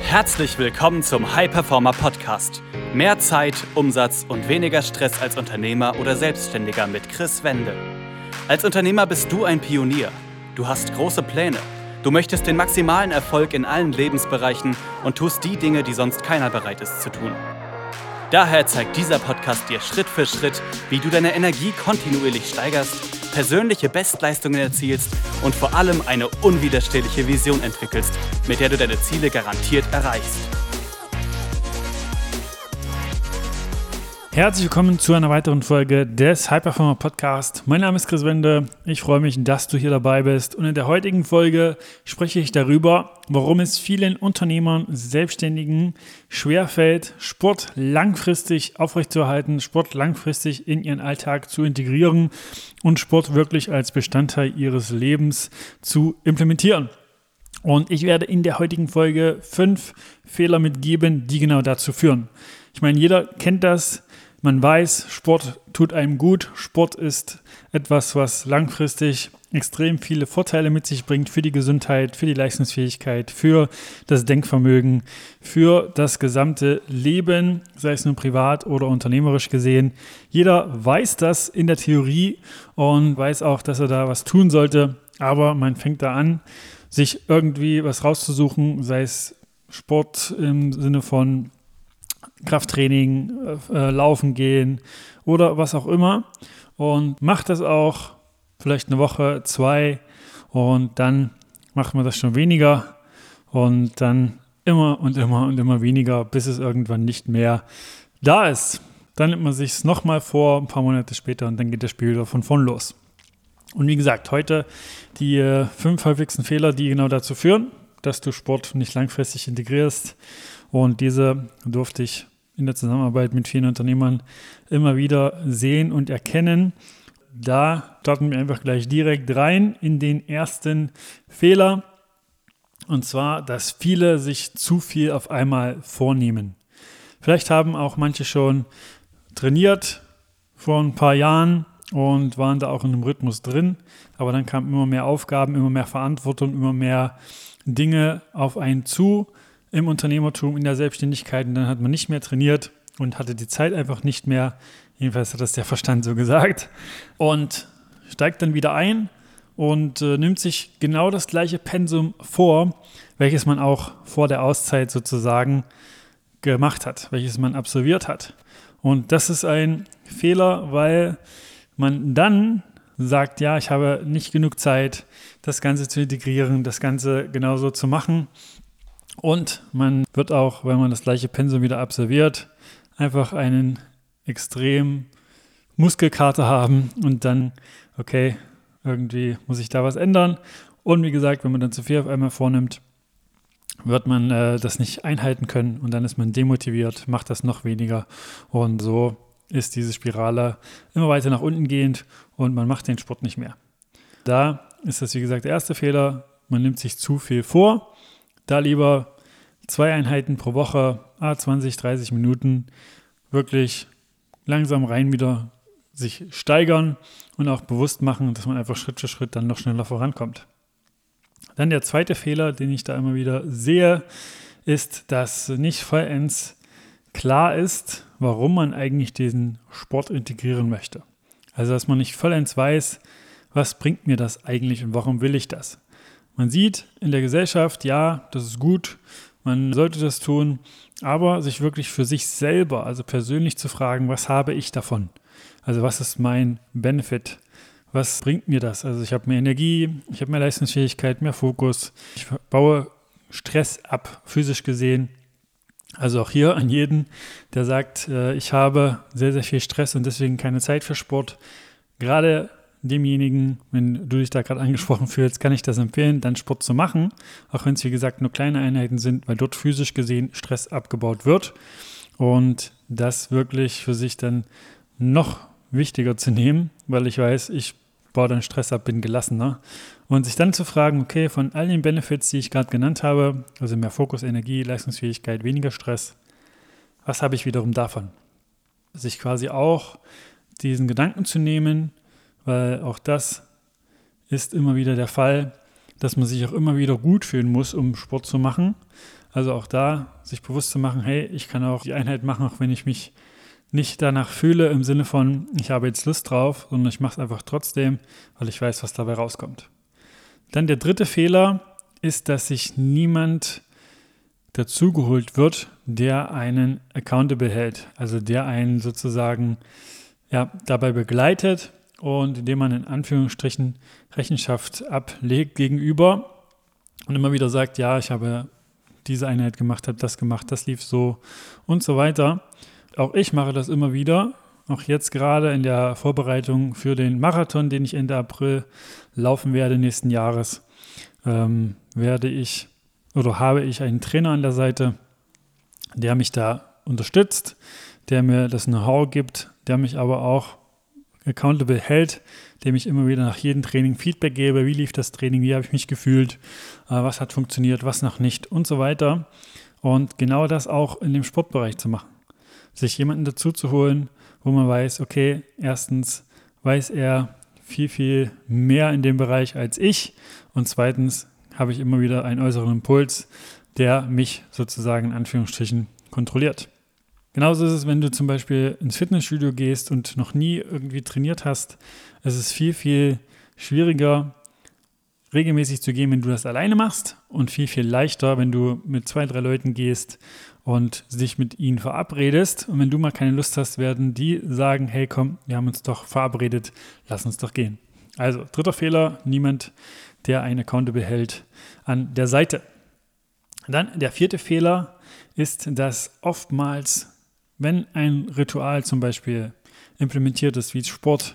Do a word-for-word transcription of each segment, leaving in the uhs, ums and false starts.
Herzlich willkommen zum High Performer Podcast. Mehr Zeit, Umsatz und weniger Stress als Unternehmer oder Selbstständiger mit Chris Wende. Als Unternehmer bist du ein Pionier. Du hast große Pläne. Du möchtest den maximalen Erfolg in allen Lebensbereichen und tust die Dinge, die sonst keiner bereit ist zu tun. Daher zeigt dieser Podcast dir Schritt für Schritt, wie du deine Energie kontinuierlich steigerst, persönliche Bestleistungen erzielst und vor allem eine unwiderstehliche Vision entwickelst, mit der du deine Ziele garantiert erreichst. Herzlich willkommen zu einer weiteren Folge des High Performer Podcast. Mein Name ist Chris Wende. Ich freue mich, dass du hier dabei bist. Und in der heutigen Folge spreche ich darüber, warum es vielen Unternehmern, Selbstständigen schwerfällt, Sport langfristig aufrechtzuerhalten, Sport langfristig in ihren Alltag zu integrieren und Sport wirklich als Bestandteil ihres Lebens zu implementieren. Und ich werde in der heutigen Folge fünf Fehler mitgeben, die genau dazu führen. Ich meine, jeder kennt das. Man weiß, Sport tut einem gut. Sport ist etwas, was langfristig extrem viele Vorteile mit sich bringt für die Gesundheit, für die Leistungsfähigkeit, für das Denkvermögen, für das gesamte Leben, sei es nun privat oder unternehmerisch gesehen. Jeder weiß das in der Theorie und weiß auch, dass er da was tun sollte. Aber man fängt da an, sich irgendwie was rauszusuchen, sei es Sport im Sinne von Krafttraining, äh, Laufen gehen oder was auch immer und macht das auch vielleicht eine Woche, zwei und dann macht man das schon weniger und dann immer und immer und immer weniger, bis es irgendwann nicht mehr da ist. Dann nimmt man sich es nochmal vor, ein paar Monate später und dann geht das Spiel wieder von vorn los. Und wie gesagt, heute die äh, fünf häufigsten Fehler, die genau dazu führen, dass du Sport nicht langfristig integrierst. Und diese durfte ich in der Zusammenarbeit mit vielen Unternehmern immer wieder sehen und erkennen. Da starten wir einfach gleich direkt rein in den ersten Fehler. Und zwar, dass viele sich zu viel auf einmal vornehmen. Vielleicht haben auch manche schon trainiert vor ein paar Jahren und waren da auch in einem Rhythmus drin. Aber dann kamen immer mehr Aufgaben, immer mehr Verantwortung, immer mehr Dinge auf einen zu. Im Unternehmertum, in der Selbstständigkeit und dann hat man nicht mehr trainiert und hatte die Zeit einfach nicht mehr. Jedenfalls hat das der Verstand so gesagt. Und steigt dann wieder ein und äh, nimmt sich genau das gleiche Pensum vor, welches man auch vor der Auszeit sozusagen gemacht hat, welches man absolviert hat. Und das ist ein Fehler, weil man dann sagt, ja, ich habe nicht genug Zeit, das Ganze zu integrieren, das Ganze genauso zu machen. Und man wird auch, wenn man das gleiche Pensum wieder absolviert, einfach einen extrem Muskelkater haben und dann, okay, irgendwie muss ich da was ändern. Und wie gesagt, wenn man dann zu viel auf einmal vornimmt, wird man äh, das nicht einhalten können und dann ist man demotiviert, macht das noch weniger. Und so ist diese Spirale immer weiter nach unten gehend und man macht den Sport nicht mehr. Da ist das, wie gesagt, der erste Fehler. Man nimmt sich zu viel vor. Da lieber zwei Einheiten pro Woche, zwanzig, dreißig Minuten, wirklich langsam rein wieder sich steigern und auch bewusst machen, dass man einfach Schritt für Schritt dann noch schneller vorankommt. Dann der zweite Fehler, den ich da immer wieder sehe, ist, dass nicht vollends klar ist, warum man eigentlich diesen Sport integrieren möchte. Also, dass man nicht vollends weiß, was bringt mir das eigentlich und warum will ich das? Man sieht in der Gesellschaft, ja, das ist gut, man sollte das tun, aber sich wirklich für sich selber, also persönlich zu fragen, was habe ich davon? Also was ist mein Benefit? Was bringt mir das? Also ich habe mehr Energie, ich habe mehr Leistungsfähigkeit, mehr Fokus, ich baue Stress ab, physisch gesehen. Also auch hier an jeden, der sagt, ich habe sehr, sehr viel Stress und deswegen keine Zeit für Sport. Gerade demjenigen, wenn du dich da gerade angesprochen fühlst, kann ich das empfehlen, dann Sport zu machen, auch wenn es wie gesagt nur kleine Einheiten sind, weil dort physisch gesehen Stress abgebaut wird und das wirklich für sich dann noch wichtiger zu nehmen, weil ich weiß, ich baue dann Stress ab, bin gelassener und sich dann zu fragen, okay, von all den Benefits, die ich gerade genannt habe, also mehr Fokus, Energie, Leistungsfähigkeit, weniger Stress, was habe ich wiederum davon? Sich quasi auch diesen Gedanken zu nehmen, weil auch das ist immer wieder der Fall, dass man sich auch immer wieder gut fühlen muss, um Sport zu machen. Also auch da sich bewusst zu machen, hey, ich kann auch die Einheit machen, auch wenn ich mich nicht danach fühle, im Sinne von, ich habe jetzt Lust drauf, sondern ich mache es einfach trotzdem, weil ich weiß, was dabei rauskommt. Dann der dritte Fehler ist, dass sich niemand dazugeholt wird, der einen accountable hält, also der einen sozusagen ja, dabei begleitet und indem man in Anführungsstrichen Rechenschaft ablegt gegenüber und immer wieder sagt, ja, ich habe diese Einheit gemacht, habe das gemacht, das lief so und so weiter. Auch ich mache das immer wieder, auch jetzt gerade in der Vorbereitung für den Marathon, den ich Ende April laufen werde nächsten Jahres, ähm, werde ich oder habe ich einen Trainer an der Seite, der mich da unterstützt, der mir das Know-how gibt, der mich aber auch accountable hält, dem ich immer wieder nach jedem Training Feedback gebe, wie lief das Training, wie habe ich mich gefühlt, äh, was hat funktioniert, was noch nicht und so weiter. Und genau das auch in dem Sportbereich zu machen. Sich jemanden dazu zu holen, wo man weiß, okay, erstens weiß er viel, viel mehr in dem Bereich als ich und zweitens habe ich immer wieder einen äußeren Impuls, der mich sozusagen in Anführungsstrichen kontrolliert. Genauso ist es, wenn du zum Beispiel ins Fitnessstudio gehst und noch nie irgendwie trainiert hast. Es ist viel, viel schwieriger, regelmäßig zu gehen, wenn du das alleine machst und viel, viel leichter, wenn du mit zwei, drei Leuten gehst und dich mit ihnen verabredest. Und wenn du mal keine Lust hast, werden die sagen, hey komm, wir haben uns doch verabredet, lass uns doch gehen. Also dritter Fehler, niemand, der einen accountable hält an der Seite. Dann der vierte Fehler ist, dass oftmals, wenn ein Ritual zum Beispiel implementiert ist wie Sport,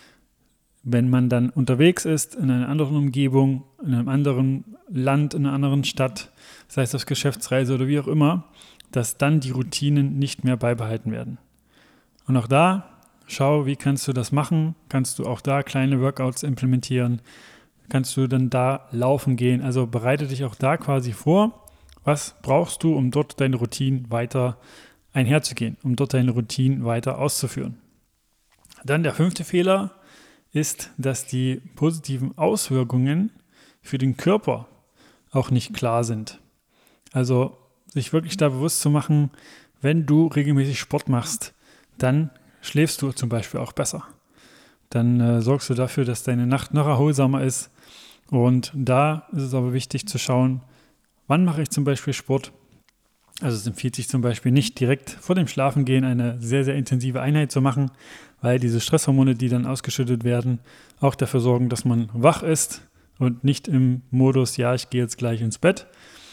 wenn man dann unterwegs ist in einer anderen Umgebung, in einem anderen Land, in einer anderen Stadt, sei es auf Geschäftsreise oder wie auch immer, dass dann die Routinen nicht mehr beibehalten werden. Und auch da, schau, wie kannst du das machen? Kannst du auch da kleine Workouts implementieren? Kannst du dann da laufen gehen? Also bereite dich auch da quasi vor. Was brauchst du, um dort deine Routinen weiter einherzugehen, um dort deine Routinen weiter auszuführen? Dann der fünfte Fehler ist, dass die positiven Auswirkungen für den Körper auch nicht klar sind. Also sich wirklich da bewusst zu machen, wenn du regelmäßig Sport machst, dann schläfst du zum Beispiel auch besser. Dann äh, sorgst du dafür, dass deine Nacht noch erholsamer ist. Und da ist es aber wichtig zu schauen, wann mache ich zum Beispiel Sport. Also es empfiehlt sich zum Beispiel nicht direkt vor dem Schlafengehen eine sehr, sehr intensive Einheit zu machen, weil diese Stresshormone, die dann ausgeschüttet werden, auch dafür sorgen, dass man wach ist und nicht im Modus, ja, ich gehe jetzt gleich ins Bett.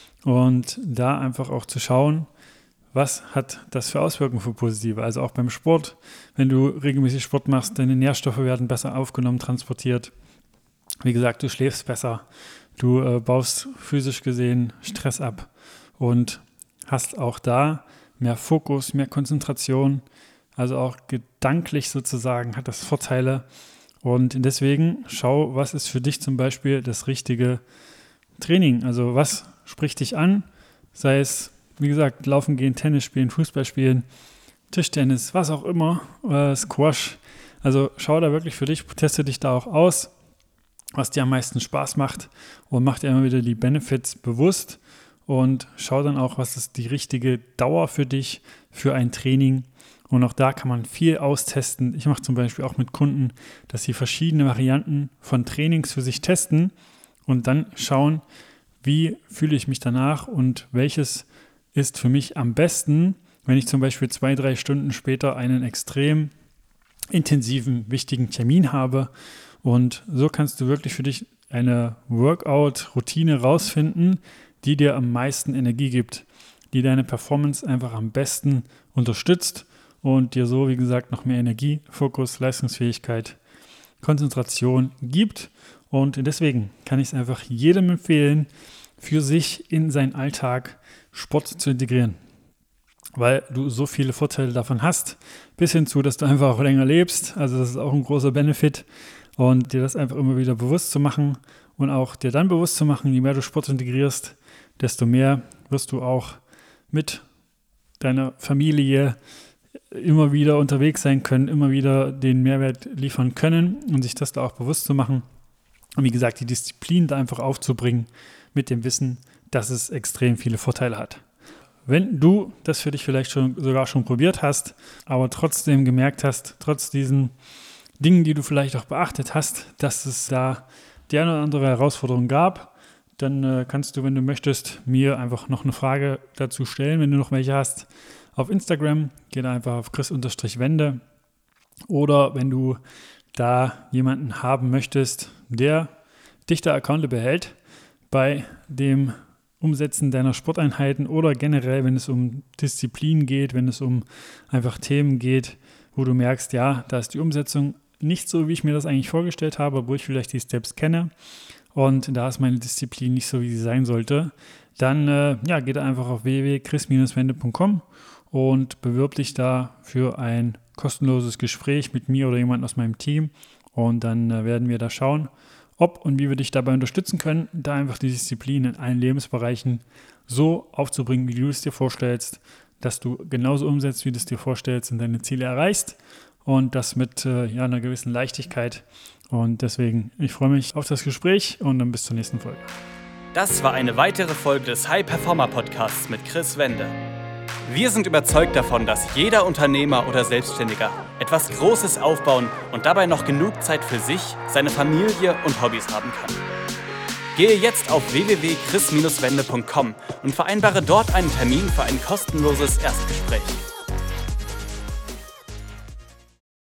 Und da einfach auch zu schauen, was hat das für Auswirkungen für positive. Also auch beim Sport, wenn du regelmäßig Sport machst, deine Nährstoffe werden besser aufgenommen, transportiert. Wie gesagt, du schläfst besser, du äh, baust physisch gesehen Stress ab und hast auch da mehr Fokus, mehr Konzentration, also auch gedanklich sozusagen hat das Vorteile. Und deswegen schau, was ist für dich zum Beispiel das richtige Training. Also was spricht dich an, sei es, wie gesagt, laufen gehen, Tennis spielen, Fußball spielen, Tischtennis, was auch immer, äh, Squash. Also schau da wirklich für dich, teste dich da auch aus, was dir am meisten Spaß macht und mach dir immer wieder die Benefits bewusst und schau dann auch, was ist die richtige Dauer für dich, für ein Training. Und auch da kann man viel austesten. Ich mache zum Beispiel auch mit Kunden, dass sie verschiedene Varianten von Trainings für sich testen und dann schauen, wie fühle ich mich danach und welches ist für mich am besten, wenn ich zum Beispiel zwei, drei Stunden später einen extrem intensiven, wichtigen Termin habe. Und so kannst du wirklich für dich eine Workout-Routine rausfinden, die dir am meisten Energie gibt, die deine Performance einfach am besten unterstützt und dir so, wie gesagt, noch mehr Energie, Fokus, Leistungsfähigkeit, Konzentration gibt. Und deswegen kann ich es einfach jedem empfehlen, für sich in seinen Alltag Sport zu integrieren, weil du so viele Vorteile davon hast, bis hin zu, dass du einfach auch länger lebst. Also das ist auch ein großer Benefit und dir das einfach immer wieder bewusst zu machen und auch dir dann bewusst zu machen, je mehr du Sport integrierst, desto mehr wirst du auch mit deiner Familie immer wieder unterwegs sein können, immer wieder den Mehrwert liefern können und sich das da auch bewusst zu machen. Und wie gesagt, die Disziplin da einfach aufzubringen mit dem Wissen, dass es extrem viele Vorteile hat. Wenn du das für dich vielleicht schon sogar schon probiert hast, aber trotzdem gemerkt hast, trotz diesen Dingen, die du vielleicht auch beachtet hast, dass es da die eine oder andere Herausforderung gab, dann äh, kannst du, wenn du möchtest, mir einfach noch eine Frage dazu stellen, wenn du noch welche hast. Auf Instagram, geh da einfach auf chris-wende. Oder wenn du da jemanden haben möchtest, der dich da accountable hält bei dem Umsetzen deiner Sporteinheiten oder generell, wenn es um Disziplin geht, wenn es um einfach Themen geht, wo du merkst, ja, da ist die Umsetzung nicht so, wie ich mir das eigentlich vorgestellt habe, wo ich vielleicht die Steps kenne und da ist meine Disziplin nicht so, wie sie sein sollte, dann äh, ja, geh da einfach auf w w w punkt chris wende punkt com und bewirb dich da für ein kostenloses Gespräch mit mir oder jemandem aus meinem Team und dann äh, werden wir da schauen, ob und wie wir dich dabei unterstützen können, da einfach die Disziplin in allen Lebensbereichen so aufzubringen, wie du es dir vorstellst, dass du genauso umsetzt, wie du es dir vorstellst und deine Ziele erreichst und das mit äh, ja, einer gewissen Leichtigkeit. Und deswegen, ich freue mich auf das Gespräch und dann bis zur nächsten Folge. Das war eine weitere Folge des High Performer Podcasts mit Chris Wende. Wir sind überzeugt davon, dass jeder Unternehmer oder Selbstständiger etwas Großes aufbauen und dabei noch genug Zeit für sich, seine Familie und Hobbys haben kann. Gehe jetzt auf w w w punkt chris wende punkt com und vereinbare dort einen Termin für ein kostenloses Erstgespräch.